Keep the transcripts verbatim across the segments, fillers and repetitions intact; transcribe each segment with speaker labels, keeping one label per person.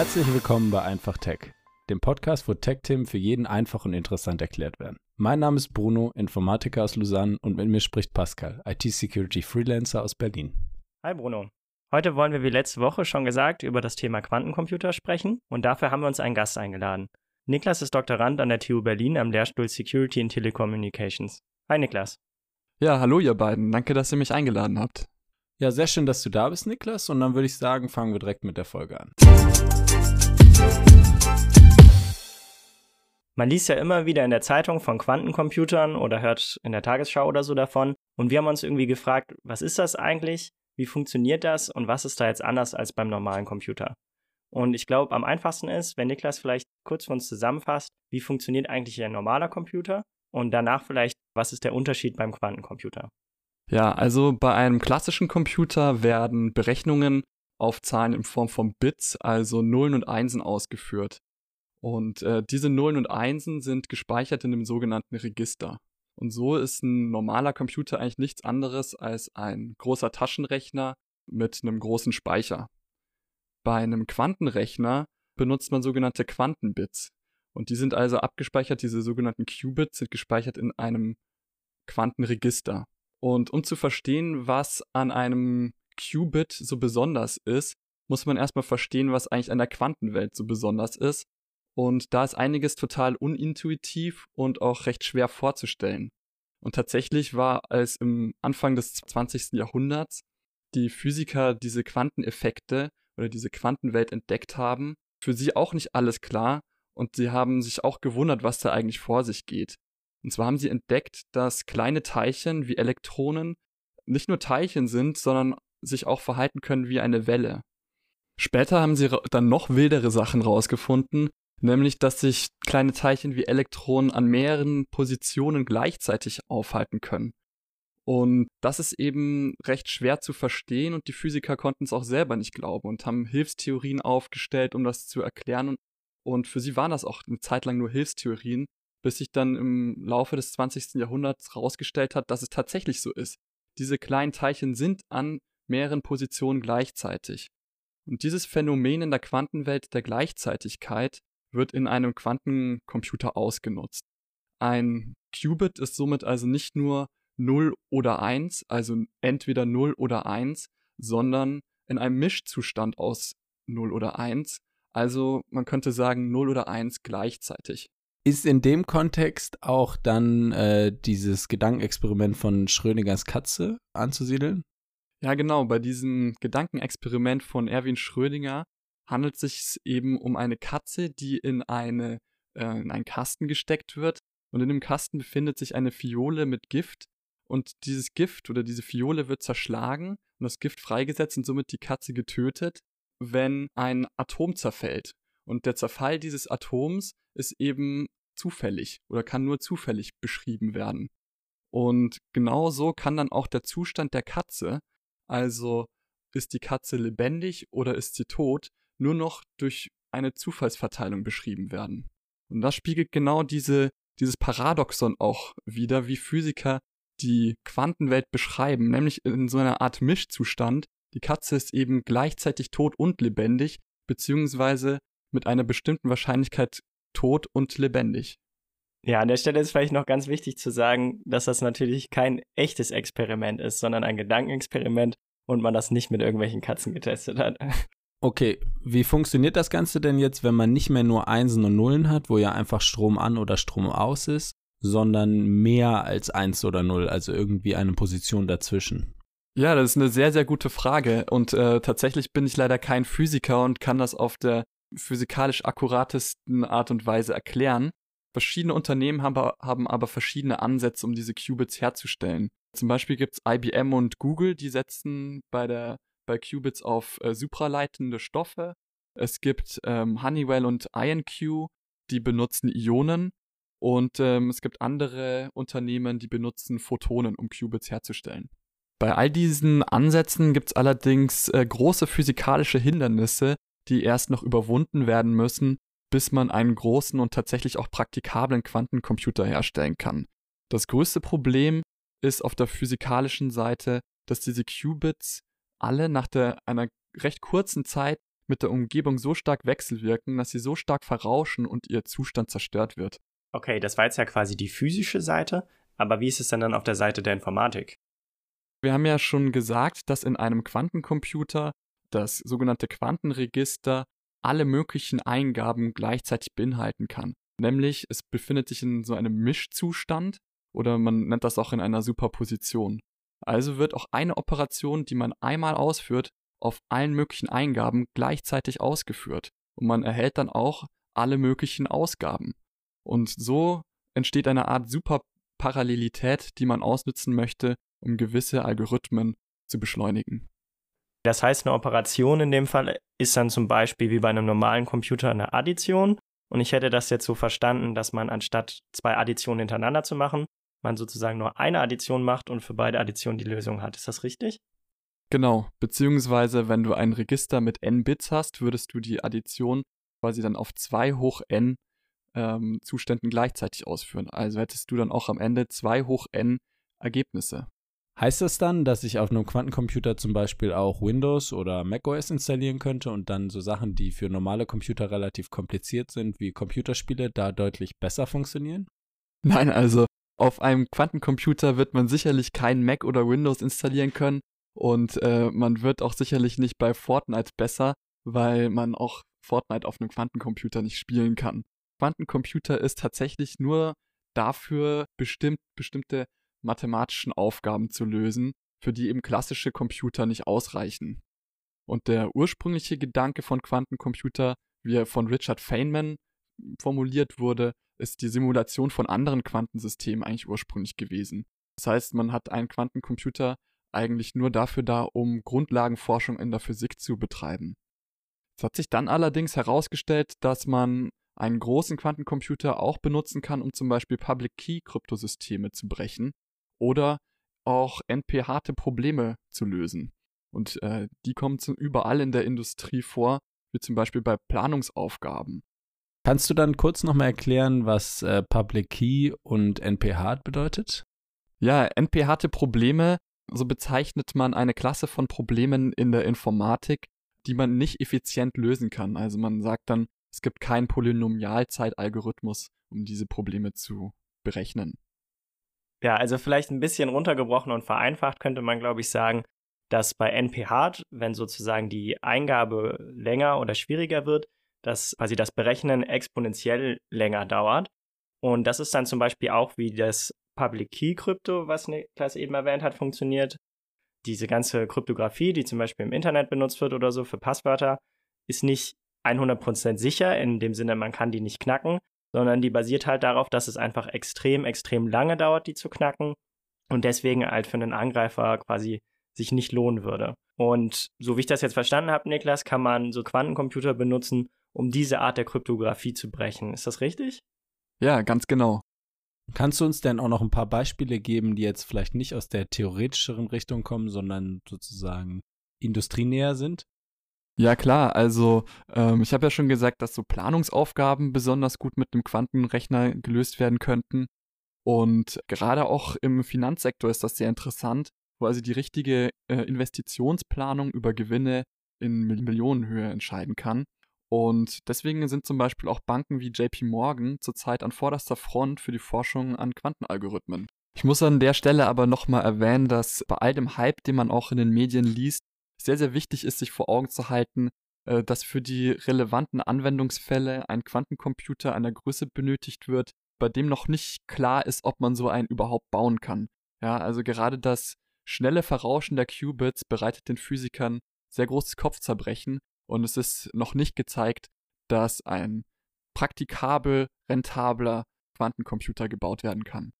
Speaker 1: Herzlich willkommen bei Einfach Tech, dem Podcast, wo Tech-Themen für jeden einfach und interessant erklärt werden. Mein Name ist Bruno, Informatiker aus Lausanne, und mit mir spricht Pascal, I T-Security-Freelancer aus Berlin.
Speaker 2: Hi Bruno. Heute wollen wir wie letzte Woche schon gesagt über das Thema Quantencomputer sprechen und dafür haben wir uns einen Gast eingeladen. Niklas ist Doktorand an der T U Berlin am Lehrstuhl Security and Telecommunications. Hi Niklas.
Speaker 3: Ja, hallo ihr beiden. Danke, dass ihr mich eingeladen habt.
Speaker 1: Ja, sehr schön, dass du da bist, Niklas. Und dann würde ich sagen, fangen wir direkt mit der Folge an.
Speaker 2: Man liest ja immer wieder in der Zeitung von Quantencomputern oder hört in der Tagesschau oder so davon. Und wir haben uns irgendwie gefragt, was ist das eigentlich? Wie funktioniert das? Und was ist da jetzt anders als beim normalen Computer? Und ich glaube, am einfachsten ist, wenn Niklas vielleicht kurz für uns zusammenfasst, wie funktioniert eigentlich ein normaler Computer? Und danach vielleicht, was ist der Unterschied beim Quantencomputer?
Speaker 3: Ja, also bei einem klassischen Computer werden Berechnungen auf Zahlen in Form von Bits, also Nullen und Einsen, ausgeführt. Und äh, diese Nullen und Einsen sind gespeichert in dem sogenannten Register. Und so ist ein normaler Computer eigentlich nichts anderes als ein großer Taschenrechner mit einem großen Speicher. Bei einem Quantenrechner benutzt man sogenannte Quantenbits. Und die sind also abgespeichert, diese sogenannten Qubits sind gespeichert in einem Quantenregister. Und um zu verstehen, was an einem Qubit so besonders ist, muss man erstmal verstehen, was eigentlich an der Quantenwelt so besonders ist. Und da ist einiges total unintuitiv und auch recht schwer vorzustellen. Und tatsächlich war, als im Anfang des zwanzigsten Jahrhunderts die Physiker diese Quanteneffekte oder diese Quantenwelt entdeckt haben, für sie auch nicht alles klar und sie haben sich auch gewundert, was da eigentlich vor sich geht. Und zwar haben sie entdeckt, dass kleine Teilchen wie Elektronen nicht nur Teilchen sind, sondern sich auch verhalten können wie eine Welle. Später haben sie dann noch wildere Sachen rausgefunden, nämlich, dass sich kleine Teilchen wie Elektronen an mehreren Positionen gleichzeitig aufhalten können. Und das ist eben recht schwer zu verstehen und die Physiker konnten es auch selber nicht glauben und haben Hilfstheorien aufgestellt, um das zu erklären. Und für sie waren das auch eine Zeit lang nur Hilfstheorien, bis sich dann im Laufe des zwanzigsten Jahrhunderts herausgestellt hat, dass es tatsächlich so ist. Diese kleinen Teilchen sind an mehreren Positionen gleichzeitig. Und dieses Phänomen in der Quantenwelt der Gleichzeitigkeit wird in einem Quantencomputer ausgenutzt. Ein Qubit ist somit also nicht nur null oder eins, also entweder null oder eins, sondern in einem Mischzustand aus null oder eins, also man könnte sagen null oder eins gleichzeitig.
Speaker 1: Ist in dem Kontext auch dann äh, dieses Gedankenexperiment von Schrödingers Katze anzusiedeln?
Speaker 3: Ja, genau. Bei diesem Gedankenexperiment von Erwin Schrödinger handelt es sich eben um eine Katze, die in, eine, äh, in einen Kasten gesteckt wird. Und in dem Kasten befindet sich eine Fiole mit Gift. Und dieses Gift oder diese Fiole wird zerschlagen und das Gift freigesetzt und somit die Katze getötet, wenn ein Atom zerfällt. Und der Zerfall dieses Atoms ist eben zufällig oder kann nur zufällig beschrieben werden. Und genau so kann dann auch der Zustand der Katze, also ist die Katze lebendig oder ist sie tot, nur noch durch eine Zufallsverteilung beschrieben werden. Und das spiegelt genau diese, dieses Paradoxon auch wider, wie Physiker die Quantenwelt beschreiben, nämlich in so einer Art Mischzustand. Die Katze ist eben gleichzeitig tot und lebendig, beziehungsweise mit einer bestimmten Wahrscheinlichkeit tot und lebendig.
Speaker 2: Ja, an der Stelle ist vielleicht noch ganz wichtig zu sagen, dass das natürlich kein echtes Experiment ist, sondern ein Gedankenexperiment und man das nicht mit irgendwelchen Katzen getestet hat.
Speaker 1: Okay, wie funktioniert das Ganze denn jetzt, wenn man nicht mehr nur Einsen und Nullen hat, wo ja einfach Strom an oder Strom aus ist, sondern mehr als eins oder null, also irgendwie eine Position dazwischen?
Speaker 3: Ja, das ist eine sehr, sehr gute Frage und äh, tatsächlich bin ich leider kein Physiker und kann das auf der physikalisch akkuratesten Art und Weise erklären. Verschiedene Unternehmen haben, haben aber verschiedene Ansätze, um diese Qubits herzustellen. Zum Beispiel gibt es I B M und Google, die setzen bei, der, bei Qubits auf äh, supraleitende Stoffe. Es gibt ähm, Honeywell und I N Q, die benutzen Ionen. Und ähm, es gibt andere Unternehmen, die benutzen Photonen, um Qubits herzustellen. Bei all diesen Ansätzen gibt es allerdings äh, große physikalische Hindernisse, die erst noch überwunden werden müssen, bis man einen großen und tatsächlich auch praktikablen Quantencomputer herstellen kann. Das größte Problem ist auf der physikalischen Seite, dass diese Qubits alle nach der, einer recht kurzen Zeit mit der Umgebung so stark wechselwirken, dass sie so stark verrauschen und ihr Zustand zerstört wird.
Speaker 2: Okay, das war jetzt ja quasi die physische Seite, aber wie ist es denn dann auf der Seite der Informatik?
Speaker 3: Wir haben ja schon gesagt, dass in einem Quantencomputer das sogenannte Quantenregister alle möglichen Eingaben gleichzeitig beinhalten kann. Nämlich, es befindet sich in so einem Mischzustand oder man nennt das auch in einer Superposition. Also wird auch eine Operation, die man einmal ausführt, auf allen möglichen Eingaben gleichzeitig ausgeführt. Und man erhält dann auch alle möglichen Ausgaben. Und so entsteht eine Art Superparallelität, die man ausnutzen möchte, um gewisse Algorithmen zu beschleunigen.
Speaker 2: Das heißt, eine Operation in dem Fall ist dann zum Beispiel wie bei einem normalen Computer eine Addition. Und ich hätte das jetzt so verstanden, dass man anstatt zwei Additionen hintereinander zu machen, man sozusagen nur eine Addition macht und für beide Additionen die Lösung hat. Ist das richtig?
Speaker 3: Genau, beziehungsweise wenn du ein Register mit n Bits hast, würdest du die Addition quasi dann auf zwei hoch n ähm, Zuständen gleichzeitig ausführen. Also hättest du dann auch am Ende zwei hoch n Ergebnisse.
Speaker 1: Heißt das dann, dass ich auf einem Quantencomputer zum Beispiel auch Windows oder macOS installieren könnte und dann so Sachen, die für normale Computer relativ kompliziert sind, wie Computerspiele, da deutlich besser funktionieren?
Speaker 3: Nein, also auf einem Quantencomputer wird man sicherlich kein Mac oder Windows installieren können und äh, man wird auch sicherlich nicht bei Fortnite besser, weil man auch Fortnite auf einem Quantencomputer nicht spielen kann. Quantencomputer ist tatsächlich nur dafür bestimmt, bestimmte mathematischen Aufgaben zu lösen, für die eben klassische Computer nicht ausreichen. Und der ursprüngliche Gedanke von Quantencomputer, wie er von Richard Feynman formuliert wurde, ist die Simulation von anderen Quantensystemen eigentlich ursprünglich gewesen. Das heißt, man hat einen Quantencomputer eigentlich nur dafür da, um Grundlagenforschung in der Physik zu betreiben. Es hat sich dann allerdings herausgestellt, dass man einen großen Quantencomputer auch benutzen kann, um zum Beispiel Public-Key-Kryptosysteme zu brechen oder auch N P-harte Probleme zu lösen. Und äh, die kommen zu, überall in der Industrie vor, wie zum Beispiel bei Planungsaufgaben.
Speaker 1: Kannst du dann kurz nochmal erklären, was äh, Public Key und N P-hart bedeutet?
Speaker 3: Ja, N P-harte Probleme, so bezeichnet man eine Klasse von Problemen in der Informatik, die man nicht effizient lösen kann. Also man sagt dann, es gibt keinen Polynomialzeitalgorithmus, um diese Probleme zu berechnen.
Speaker 2: Ja, also vielleicht ein bisschen runtergebrochen und vereinfacht könnte man, glaube ich, sagen, dass bei N P-hart, wenn sozusagen die Eingabe länger oder schwieriger wird, dass quasi das Berechnen exponentiell länger dauert. Und das ist dann zum Beispiel auch, wie das Public Key Krypto, was Niklas eben erwähnt hat, funktioniert. Diese ganze Kryptographie, die zum Beispiel im Internet benutzt wird oder so für Passwörter, ist nicht hundert Prozent sicher, in dem Sinne, man kann die nicht knacken, sondern die basiert halt darauf, dass es einfach extrem, extrem lange dauert, die zu knacken und deswegen halt für einen Angreifer quasi sich nicht lohnen würde. Und so wie ich das jetzt verstanden habe, Niklas, kann man so Quantencomputer benutzen, um diese Art der Kryptographie zu brechen. Ist das richtig?
Speaker 3: Ja, ganz genau.
Speaker 1: Kannst du uns denn auch noch ein paar Beispiele geben, die jetzt vielleicht nicht aus der theoretischeren Richtung kommen, sondern sozusagen industrienäher sind?
Speaker 3: Ja klar, also ähm, ich habe ja schon gesagt, dass so Planungsaufgaben besonders gut mit einem Quantenrechner gelöst werden könnten. Und gerade auch im Finanzsektor ist das sehr interessant, wo also die richtige äh, Investitionsplanung über Gewinne in Millionenhöhe entscheiden kann. Und deswegen sind zum Beispiel auch Banken wie J P Morgan zurzeit an vorderster Front für die Forschung an Quantenalgorithmen. Ich muss an der Stelle aber nochmal erwähnen, dass bei all dem Hype, den man auch in den Medien liest, sehr, sehr wichtig ist, sich vor Augen zu halten, äh, dass für die relevanten Anwendungsfälle ein Quantencomputer einer Größe benötigt wird, bei dem noch nicht klar ist, ob man so einen überhaupt bauen kann. Ja, also gerade das schnelle Verrauschen der Qubits bereitet den Physikern sehr großes Kopfzerbrechen und es ist noch nicht gezeigt, dass ein praktikabel, rentabler Quantencomputer gebaut werden kann.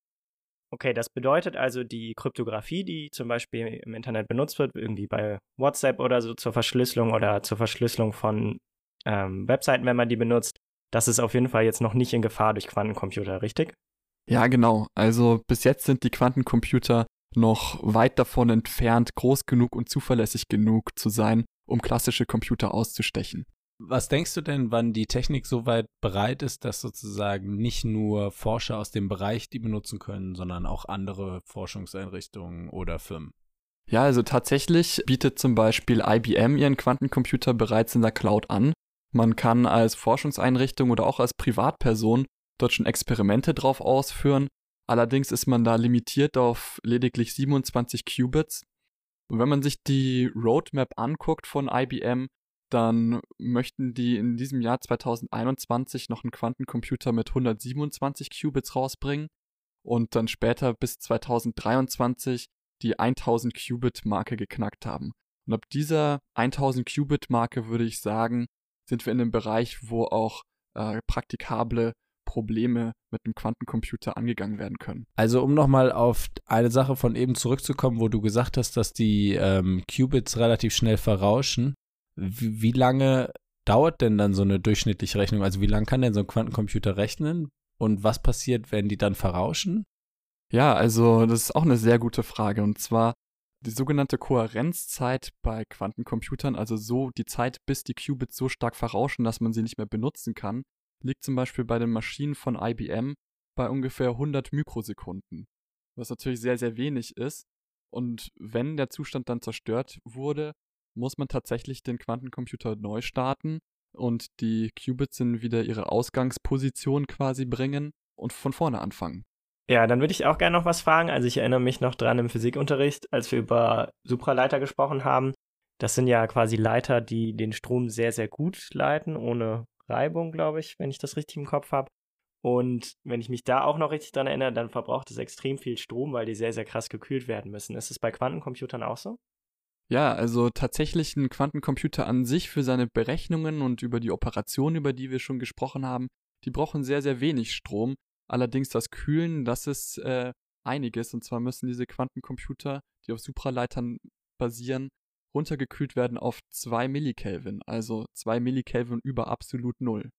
Speaker 2: Okay, das bedeutet also, die Kryptographie, die zum Beispiel im Internet benutzt wird, irgendwie bei WhatsApp oder so zur Verschlüsselung oder zur Verschlüsselung von ähm, Webseiten, wenn man die benutzt, das ist auf jeden Fall jetzt noch nicht in Gefahr durch Quantencomputer, richtig?
Speaker 3: Ja, genau. Also bis jetzt sind die Quantencomputer noch weit davon entfernt, groß genug und zuverlässig genug zu sein, um klassische Computer auszustechen.
Speaker 1: Was denkst du denn, wann die Technik so weit bereit ist, dass sozusagen nicht nur Forscher aus dem Bereich die benutzen können, sondern auch andere Forschungseinrichtungen oder Firmen?
Speaker 3: Ja, also tatsächlich bietet zum Beispiel I B M ihren Quantencomputer bereits in der Cloud an. Man kann als Forschungseinrichtung oder auch als Privatperson dort schon Experimente drauf ausführen. Allerdings ist man da limitiert auf lediglich siebenundzwanzig Qubits. Und wenn man sich die Roadmap anguckt von I B M, dann möchten die in diesem Jahr zweitausendeinundzwanzig noch einen Quantencomputer mit hundertsiebenundzwanzig Qubits rausbringen und dann später bis zweitausenddreiundzwanzig die tausend Qubit-Marke geknackt haben. Und ab dieser tausend Qubit-Marke würde ich sagen, sind wir in einem Bereich, wo auch äh, praktikable Probleme mit einem Quantencomputer angegangen werden können.
Speaker 1: Also um nochmal auf eine Sache von eben zurückzukommen, wo du gesagt hast, dass die ähm, Qubits relativ schnell verrauschen. Wie, wie lange dauert denn dann so eine durchschnittliche Rechnung? Also wie lange kann denn so ein Quantencomputer rechnen? Und was passiert, wenn die dann verrauschen?
Speaker 3: Ja, also das ist auch eine sehr gute Frage. Und zwar die sogenannte Kohärenzzeit bei Quantencomputern, also so die Zeit, bis die Qubits so stark verrauschen, dass man sie nicht mehr benutzen kann, liegt zum Beispiel bei den Maschinen von I B M bei ungefähr hundert Mikrosekunden, was natürlich sehr, sehr wenig ist. Und wenn der Zustand dann zerstört wurde, muss man tatsächlich den Quantencomputer neu starten und die Qubits in wieder ihre Ausgangsposition quasi bringen und von vorne anfangen.
Speaker 2: Ja, dann würde ich auch gerne noch was fragen. Also ich erinnere mich noch dran im Physikunterricht, als wir über Supraleiter gesprochen haben. Das sind ja quasi Leiter, die den Strom sehr, sehr gut leiten, ohne Reibung, glaube ich, wenn ich das richtig im Kopf habe. Und wenn ich mich da auch noch richtig dran erinnere, dann verbraucht es extrem viel Strom, weil die sehr, sehr krass gekühlt werden müssen. Ist es bei Quantencomputern auch so?
Speaker 3: Ja, also tatsächlich ein Quantencomputer an sich für seine Berechnungen und über die Operationen, über die wir schon gesprochen haben, die brauchen sehr, sehr wenig Strom. Allerdings das Kühlen, das ist äh, einiges. Und zwar müssen diese Quantencomputer, die auf Supraleitern basieren, runtergekühlt werden auf zwei Millikelvin. Also zwei Millikelvin über absolut null.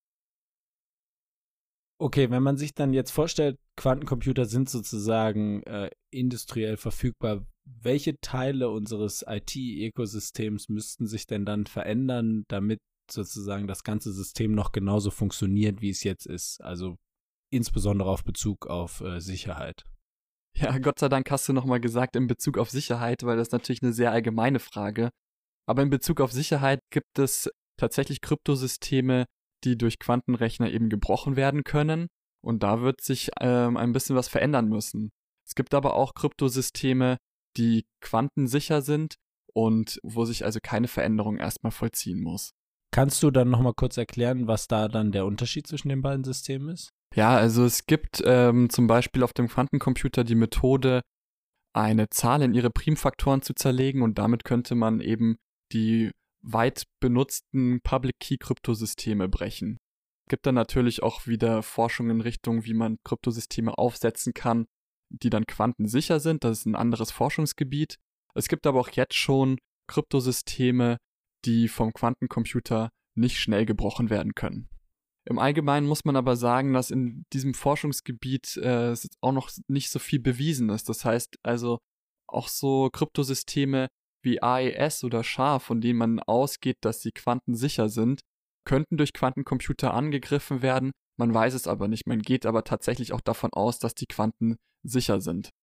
Speaker 1: Okay, wenn man sich dann jetzt vorstellt, Quantencomputer sind sozusagen äh, industriell verfügbar. Welche Teile unseres I T-Ökosystems müssten sich denn dann verändern, damit sozusagen das ganze System noch genauso funktioniert, wie es jetzt ist? Also insbesondere auf Bezug auf äh, Sicherheit.
Speaker 3: Ja, Gott sei Dank hast du nochmal gesagt in Bezug auf Sicherheit, weil das ist natürlich eine sehr allgemeine Frage. Aber in Bezug auf Sicherheit gibt es tatsächlich Kryptosysteme, die durch Quantenrechner eben gebrochen werden können. Und da wird sich ähm, ein bisschen was verändern müssen. Es gibt aber auch Kryptosysteme, die quantensicher sind und wo sich also keine Veränderung erstmal vollziehen muss.
Speaker 1: Kannst du dann nochmal kurz erklären, was da dann der Unterschied zwischen den beiden Systemen ist?
Speaker 3: Ja, also es gibt ähm, zum Beispiel auf dem Quantencomputer die Methode, eine Zahl in ihre Primfaktoren zu zerlegen und damit könnte man eben die weit benutzten Public-Key-Kryptosysteme brechen. Es gibt dann natürlich auch wieder Forschung in Richtung, wie man Kryptosysteme aufsetzen kann, die dann quantensicher sind. Das ist ein anderes Forschungsgebiet. Es gibt aber auch jetzt schon Kryptosysteme, die vom Quantencomputer nicht schnell gebrochen werden können. Im Allgemeinen muss man aber sagen, dass in diesem Forschungsgebiet äh, auch noch nicht so viel bewiesen ist. Das heißt also auch so Kryptosysteme wie A E S oder S H A, von denen man ausgeht, dass sie quantensicher sind, könnten durch Quantencomputer angegriffen werden. Man weiß es aber nicht. Man geht aber tatsächlich auch davon aus, dass die quantensicher sind.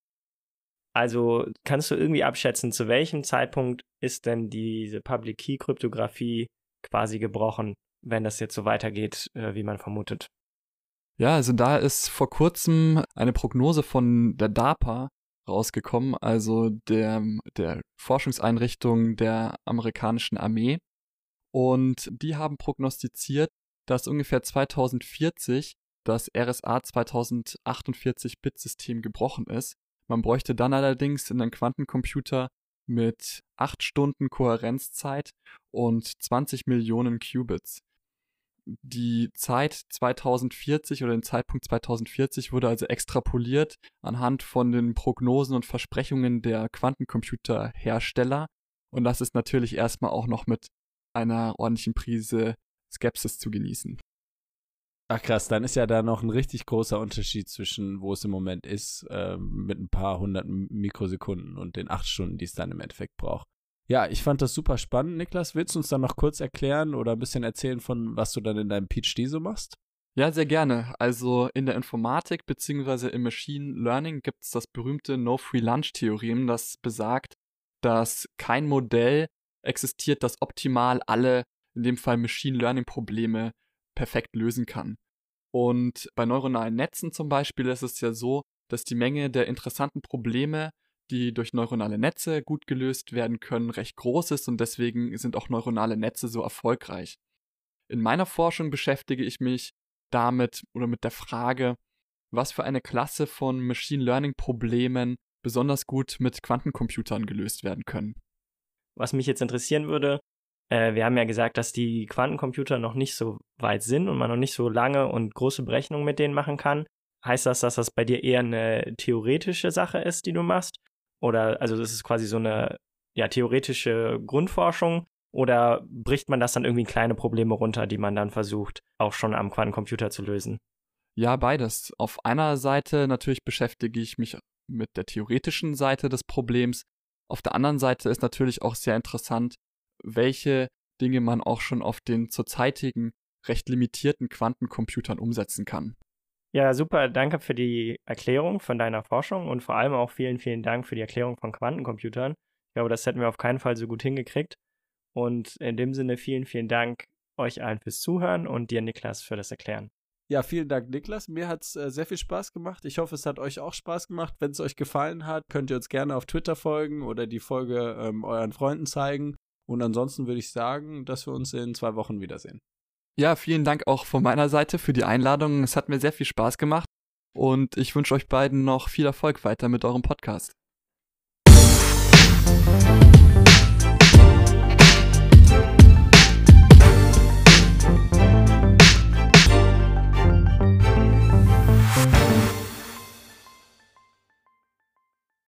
Speaker 2: Also kannst du irgendwie abschätzen, zu welchem Zeitpunkt ist denn diese Public-Key-Kryptographie quasi gebrochen, wenn das jetzt so weitergeht, äh, wie man vermutet?
Speaker 3: Ja, also da ist vor kurzem eine Prognose von der DARPA rausgekommen, also der, der Forschungseinrichtung der amerikanischen Armee. Und die haben prognostiziert, dass ungefähr zweitausendvierzig das R S A zweitausendachtzig-Bit-System gebrochen ist. Man bräuchte dann allerdings einen Quantencomputer mit acht Stunden Kohärenzzeit und zwanzig Millionen Qubits. Die Zeit zweitausendvierzig oder den Zeitpunkt zweitausendvierzig wurde also extrapoliert anhand von den Prognosen und Versprechungen der Quantencomputerhersteller. Und das ist natürlich erstmal auch noch mit einer ordentlichen Prise Skepsis zu genießen.
Speaker 1: Ach krass, dann ist ja da noch ein richtig großer Unterschied zwischen, wo es im Moment ist, äh, mit ein paar hundert Mikrosekunden und den acht Stunden, die es dann im Endeffekt braucht. Ja, ich fand das super spannend. Niklas, willst du uns dann noch kurz erklären oder ein bisschen erzählen von, was du dann in deinem PhD so machst?
Speaker 3: Ja, sehr gerne. Also in der Informatik bzw. im Machine Learning gibt es das berühmte No-Free-Lunch-Theorem, das besagt, dass kein Modell existiert, das optimal alle, in dem Fall Machine Learning Probleme, perfekt lösen kann. Und bei neuronalen Netzen zum Beispiel ist es ja so, dass die Menge der interessanten Probleme, die durch neuronale Netze gut gelöst werden können, recht groß ist und deswegen sind auch neuronale Netze so erfolgreich. In meiner Forschung beschäftige ich mich damit oder mit der Frage, was für eine Klasse von Machine Learning Problemen besonders gut mit Quantencomputern gelöst werden können.
Speaker 2: Was mich jetzt interessieren würde, äh, wir haben ja gesagt, dass die Quantencomputer noch nicht so weit sind und man noch nicht so lange und große Berechnungen mit denen machen kann. Heißt das, dass das bei dir eher eine theoretische Sache ist, die du machst? Oder, also das ist quasi so eine ja, theoretische Grundforschung? Oder bricht man das dann irgendwie in kleine Probleme runter, die man dann versucht, auch schon am Quantencomputer zu lösen?
Speaker 3: Ja, beides. Auf einer Seite natürlich beschäftige ich mich mit der theoretischen Seite des Problems. Auf der anderen Seite ist natürlich auch sehr interessant, welche Dinge man auch schon auf den zurzeitigen, recht limitierten Quantencomputern umsetzen kann.
Speaker 2: Ja, super. Danke für die Erklärung von deiner Forschung und vor allem auch vielen, vielen Dank für die Erklärung von Quantencomputern. Ich glaube, das hätten wir auf keinen Fall so gut hingekriegt. Und in dem Sinne vielen, vielen Dank euch allen fürs Zuhören und dir, Niklas, für das Erklären.
Speaker 1: Ja, vielen Dank, Niklas. Mir hat es äh, sehr viel Spaß gemacht. Ich hoffe, es hat euch auch Spaß gemacht. Wenn es euch gefallen hat, könnt ihr uns gerne auf Twitter folgen oder die Folge ähm, euren Freunden zeigen. Und ansonsten würde ich sagen, dass wir uns in zwei Wochen wiedersehen.
Speaker 3: Ja, vielen Dank auch von meiner Seite für die Einladung. Es hat mir sehr viel Spaß gemacht und ich wünsche euch beiden noch viel Erfolg weiter mit eurem Podcast.